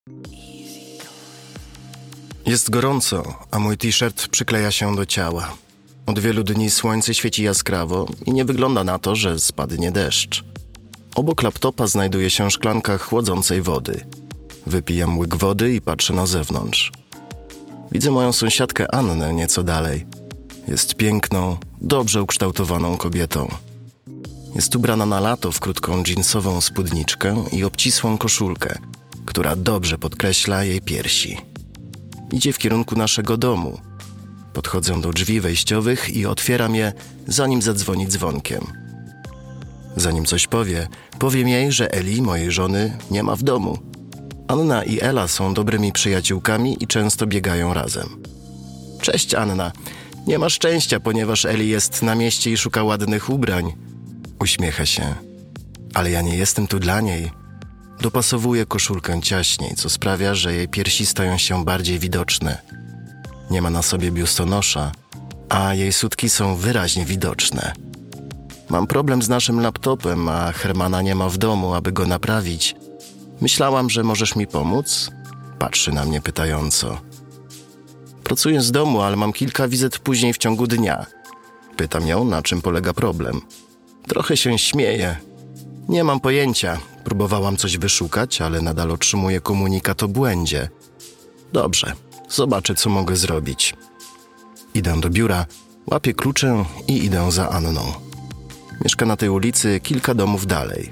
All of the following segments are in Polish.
Jest gorąco, a mój t-shirt przykleja się do ciała. Od wielu dni słońce świeci jaskrawo i nie wygląda na to, że spadnie deszcz. Obok laptopa znajduje się szklanka chłodzącej wody. Wypijam łyk wody i patrzę na zewnątrz. Widzę moją sąsiadkę Annę nieco dalej. Jest piękną, dobrze ukształtowaną kobietą. Jest ubrana na lato w krótką dżinsową spódniczkę i obcisłą koszulkę, która dobrze podkreśla jej piersi. Idzie w kierunku naszego domu. Podchodzę do drzwi wejściowych i otwieram je, zanim zadzwoni dzwonkiem. Zanim coś powie, powiem jej, że Eli, mojej żony, nie ma w domu. Anna i Ela są dobrymi przyjaciółkami i często biegają razem. Cześć, Anna. Nie ma szczęścia, ponieważ Eli jest na mieście i szuka ładnych ubrań. Uśmiecha się. Ale ja nie jestem tu dla niej. Dopasowuje koszulkę ciaśniej, co sprawia, że jej piersi stają się bardziej widoczne. Nie ma na sobie biustonosza, a jej sutki są wyraźnie widoczne. Mam problem z naszym laptopem, a Hermana nie ma w domu, aby go naprawić. Myślałam, że możesz mi pomóc? Patrzy na mnie pytająco. Pracuję z domu, ale mam kilka wizyt później w ciągu dnia. Pytam ją, na czym polega problem. Trochę się śmieje. Nie mam pojęcia. Próbowałam coś wyszukać, ale nadal otrzymuję komunikat o błędzie. Dobrze, zobaczę, co mogę zrobić. Idę do biura, łapię kluczę i idę za Anną. Mieszka na tej ulicy kilka domów dalej.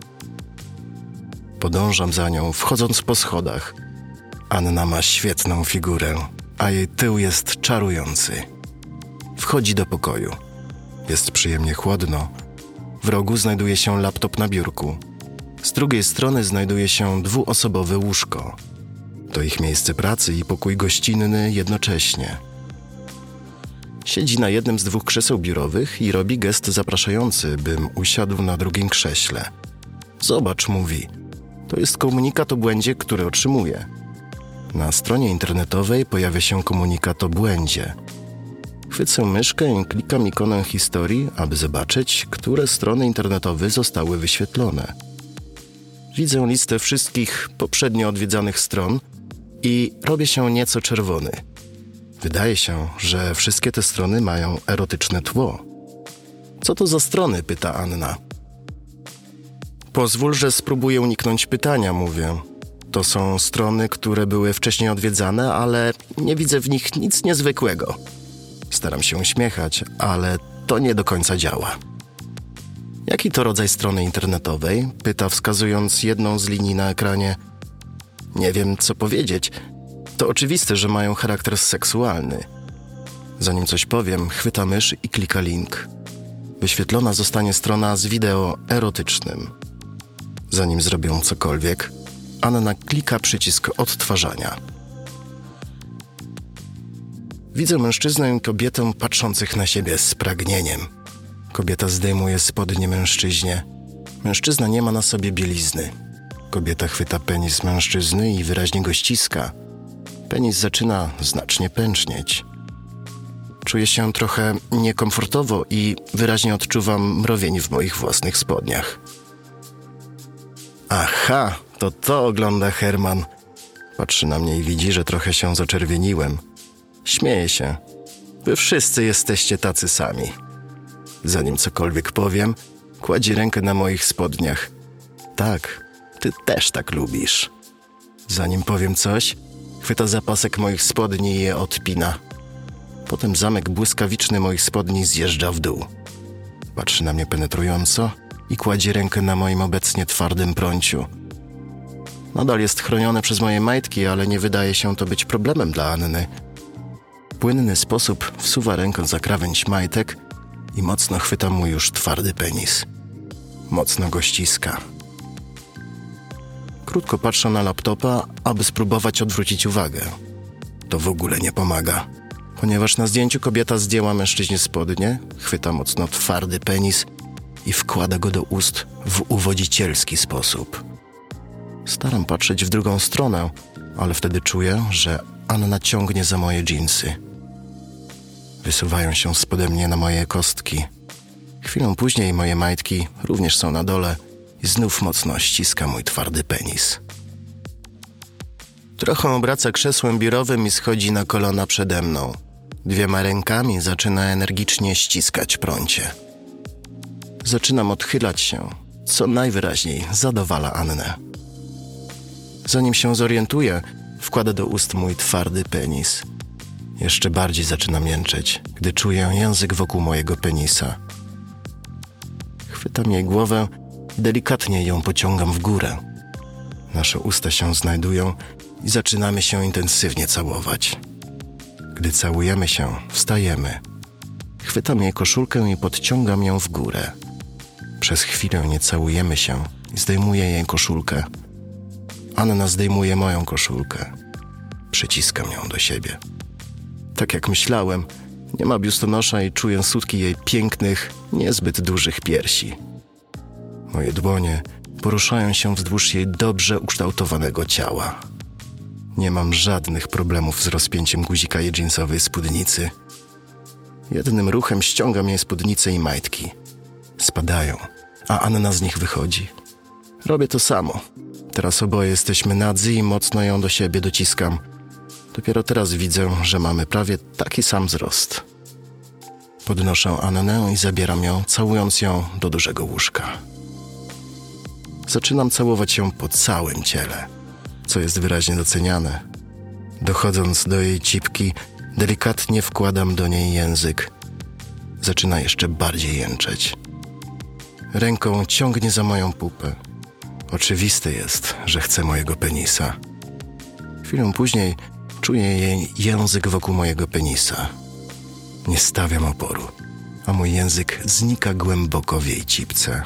Podążam za nią, wchodząc po schodach. Anna ma świetną figurę, a jej tył jest czarujący. Wchodzi do pokoju. Jest przyjemnie chłodno. W rogu znajduje się laptop na biurku. Z drugiej strony znajduje się dwuosobowe łóżko. To ich miejsce pracy i pokój gościnny jednocześnie. Siedzi na jednym z dwóch krzeseł biurowych i robi gest zapraszający, bym usiadł na drugim krześle. Zobacz, mówi. To jest komunikat o błędzie, który otrzymuję. Na stronie internetowej pojawia się komunikat o błędzie. Chwycę myszkę i klikam ikonę historii, aby zobaczyć, które strony internetowe zostały wyświetlone. Widzę listę wszystkich poprzednio odwiedzanych stron i robię się nieco czerwony. Wydaje się, że wszystkie te strony mają erotyczne tło. Co to za strony? Pyta Anna. Pozwól, że spróbuję uniknąć pytania, mówię. To są strony, które były wcześniej odwiedzane, ale nie widzę w nich nic niezwykłego. Staram się uśmiechać, ale to nie do końca działa. Jaki to rodzaj strony internetowej? Pyta, wskazując jedną z linii na ekranie. Nie wiem, co powiedzieć. To oczywiste, że mają charakter seksualny. Zanim coś powiem, chwyta mysz i klika link. Wyświetlona zostanie strona z wideo erotycznym. Zanim zrobią cokolwiek, Anna klika przycisk odtwarzania. Widzę mężczyznę i kobietę patrzących na siebie z pragnieniem. Kobieta zdejmuje spodnie mężczyźnie. Mężczyzna nie ma na sobie bielizny. Kobieta chwyta penis mężczyzny i wyraźnie go ściska. Penis zaczyna znacznie pęcznieć. Czuję się trochę niekomfortowo i wyraźnie odczuwam mrowień w moich własnych spodniach. Aha, to ogląda Herman. Patrzy na mnie i widzi, że trochę się zaczerwieniłem. Śmieje się. Wy wszyscy jesteście tacy sami. Zanim cokolwiek powiem, kładzie rękę na moich spodniach. Tak, ty też tak lubisz. Zanim powiem coś, chwyta za pasek moich spodni i je odpina. Potem zamek błyskawiczny moich spodni zjeżdża w dół. Patrzy na mnie penetrująco i kładzie rękę na moim obecnie twardym prąciu. Nadal jest chronione przez moje majtki, ale nie wydaje się to być problemem dla Anny. W płynny sposób wsuwa rękę za krawędź majtek i mocno chwyta mój już twardy penis. Mocno go ściska. Krótko patrzę na laptopa, aby spróbować odwrócić uwagę. To w ogóle nie pomaga, ponieważ na zdjęciu kobieta zdjęła mężczyźnie spodnie, chwyta mocno twardy penis i wkłada go do ust w uwodzicielski sposób. Staram patrzeć w drugą stronę, ale wtedy czuję, że Anna ciągnie za moje dżinsy. Wysuwają się spode mnie na moje kostki. Chwilę później moje majtki również są na dole i znów mocno ściska mój twardy penis. Trochę obraca krzesłem biurowym i schodzi na kolana przede mną. 2 rękami zaczyna energicznie ściskać prącie. Zaczynam odchylać się, co najwyraźniej zadowala Annę. Zanim się zorientuję, wkłada do ust mój twardy penis. Jeszcze bardziej zaczynam jęczeć, gdy czuję język wokół mojego penisa. Chwytam jej głowę i delikatnie ją pociągam w górę. Nasze usta się znajdują i zaczynamy się intensywnie całować. Gdy całujemy się, wstajemy. Chwytam jej koszulkę i podciągam ją w górę. Przez chwilę nie całujemy się i zdejmuję jej koszulkę. Anna zdejmuje moją koszulkę. Przyciskam ją do siebie. Tak jak myślałem, nie ma biustonosza i czuję sutki jej pięknych, niezbyt dużych piersi. Moje dłonie poruszają się wzdłuż jej dobrze ukształtowanego ciała. Nie mam żadnych problemów z rozpięciem guzika jej dżinsowej spódnicy. Jednym ruchem ściągam jej spódnicę i majtki. Spadają, a Anna z nich wychodzi. Robię to samo. Teraz oboje jesteśmy nadzy i mocno ją do siebie dociskam. Dopiero teraz widzę, że mamy prawie taki sam wzrost. Podnoszę Annę i zabieram ją, całując ją do dużego łóżka. Zaczynam całować ją po całym ciele, co jest wyraźnie doceniane. Dochodząc do jej cipki, delikatnie wkładam do niej język. Zaczyna jeszcze bardziej jęczeć. Ręką ciągnie za moją pupę. Oczywiste jest, że chce mojego penisa. Chwilę później czuję jej język wokół mojego penisa. Nie stawiam oporu, a mój język znika głęboko w jej cipce.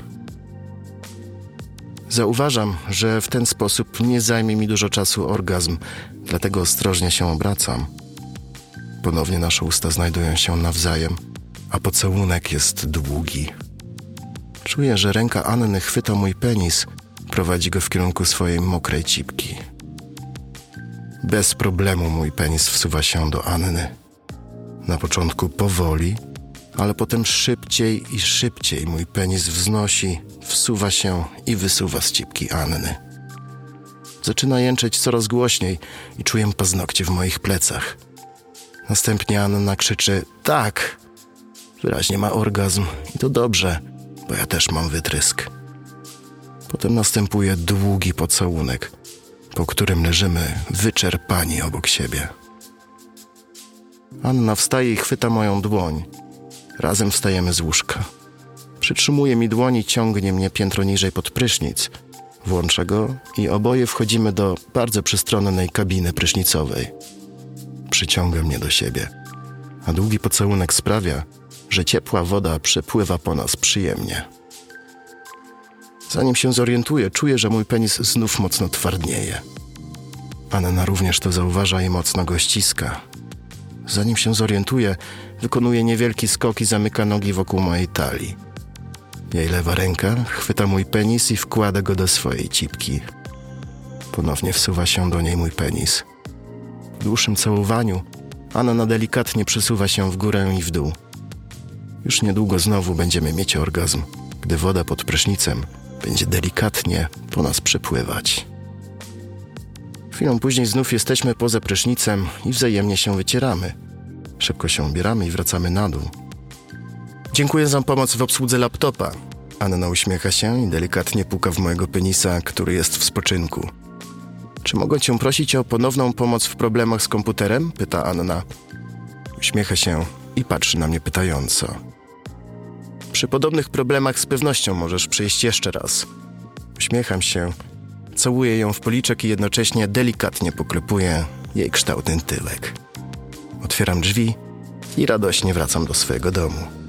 Zauważam, że w ten sposób nie zajmie mi dużo czasu orgazm, dlatego ostrożnie się obracam. Ponownie nasze usta znajdują się nawzajem, a pocałunek jest długi. Czuję, że ręka Anny chwyta mój penis, prowadzi go w kierunku swojej mokrej cipki. Bez problemu mój penis wsuwa się do Anny. Na początku powoli, ale potem szybciej i szybciej mój penis wznosi, wsuwa się i wysuwa z cipki Anny. Zaczyna jęczeć coraz głośniej i czuję paznokcie w moich plecach. Następnie Anna krzyczy tak. Wyraźnie ma orgazm i to dobrze, bo ja też mam wytrysk. Potem następuje długi pocałunek, po którym leżymy wyczerpani obok siebie. Anna wstaje i chwyta moją dłoń. Razem wstajemy z łóżka. Przytrzymuje mi dłoń i ciągnie mnie piętro niżej pod prysznic. Włącza go i oboje wchodzimy do bardzo przestronnej kabiny prysznicowej. Przyciąga mnie do siebie, a długi pocałunek sprawia, że ciepła woda przepływa po nas przyjemnie. Zanim się zorientuję, czuję, że mój penis znów mocno twardnieje. Anna również to zauważa i mocno go ściska. Zanim się zorientuję, wykonuje niewielki skok i zamyka nogi wokół mojej talii. Jej lewa ręka chwyta mój penis i wkłada go do swojej cipki. Ponownie wsuwa się do niej mój penis. W dłuższym całowaniu Anna delikatnie przesuwa się w górę i w dół. Już niedługo znowu będziemy mieć orgazm, gdy woda pod prysznicem będzie delikatnie po nas przepływać. Chwilą później znów jesteśmy poza prysznicem i wzajemnie się wycieramy. Szybko się ubieramy i wracamy na dół. Dziękuję za pomoc w obsłudze laptopa. Anna uśmiecha się i delikatnie puka w mojego penisa, który jest w spoczynku. Czy mogę cię prosić o ponowną pomoc w problemach z komputerem? Pyta Anna. Uśmiecha się i patrzy na mnie pytająco. Przy podobnych problemach z pewnością możesz przyjść jeszcze raz. Uśmiecham się, całuję ją w policzek i jednocześnie delikatnie poklepuję jej kształtny tyłek. Otwieram drzwi i radośnie wracam do swojego domu.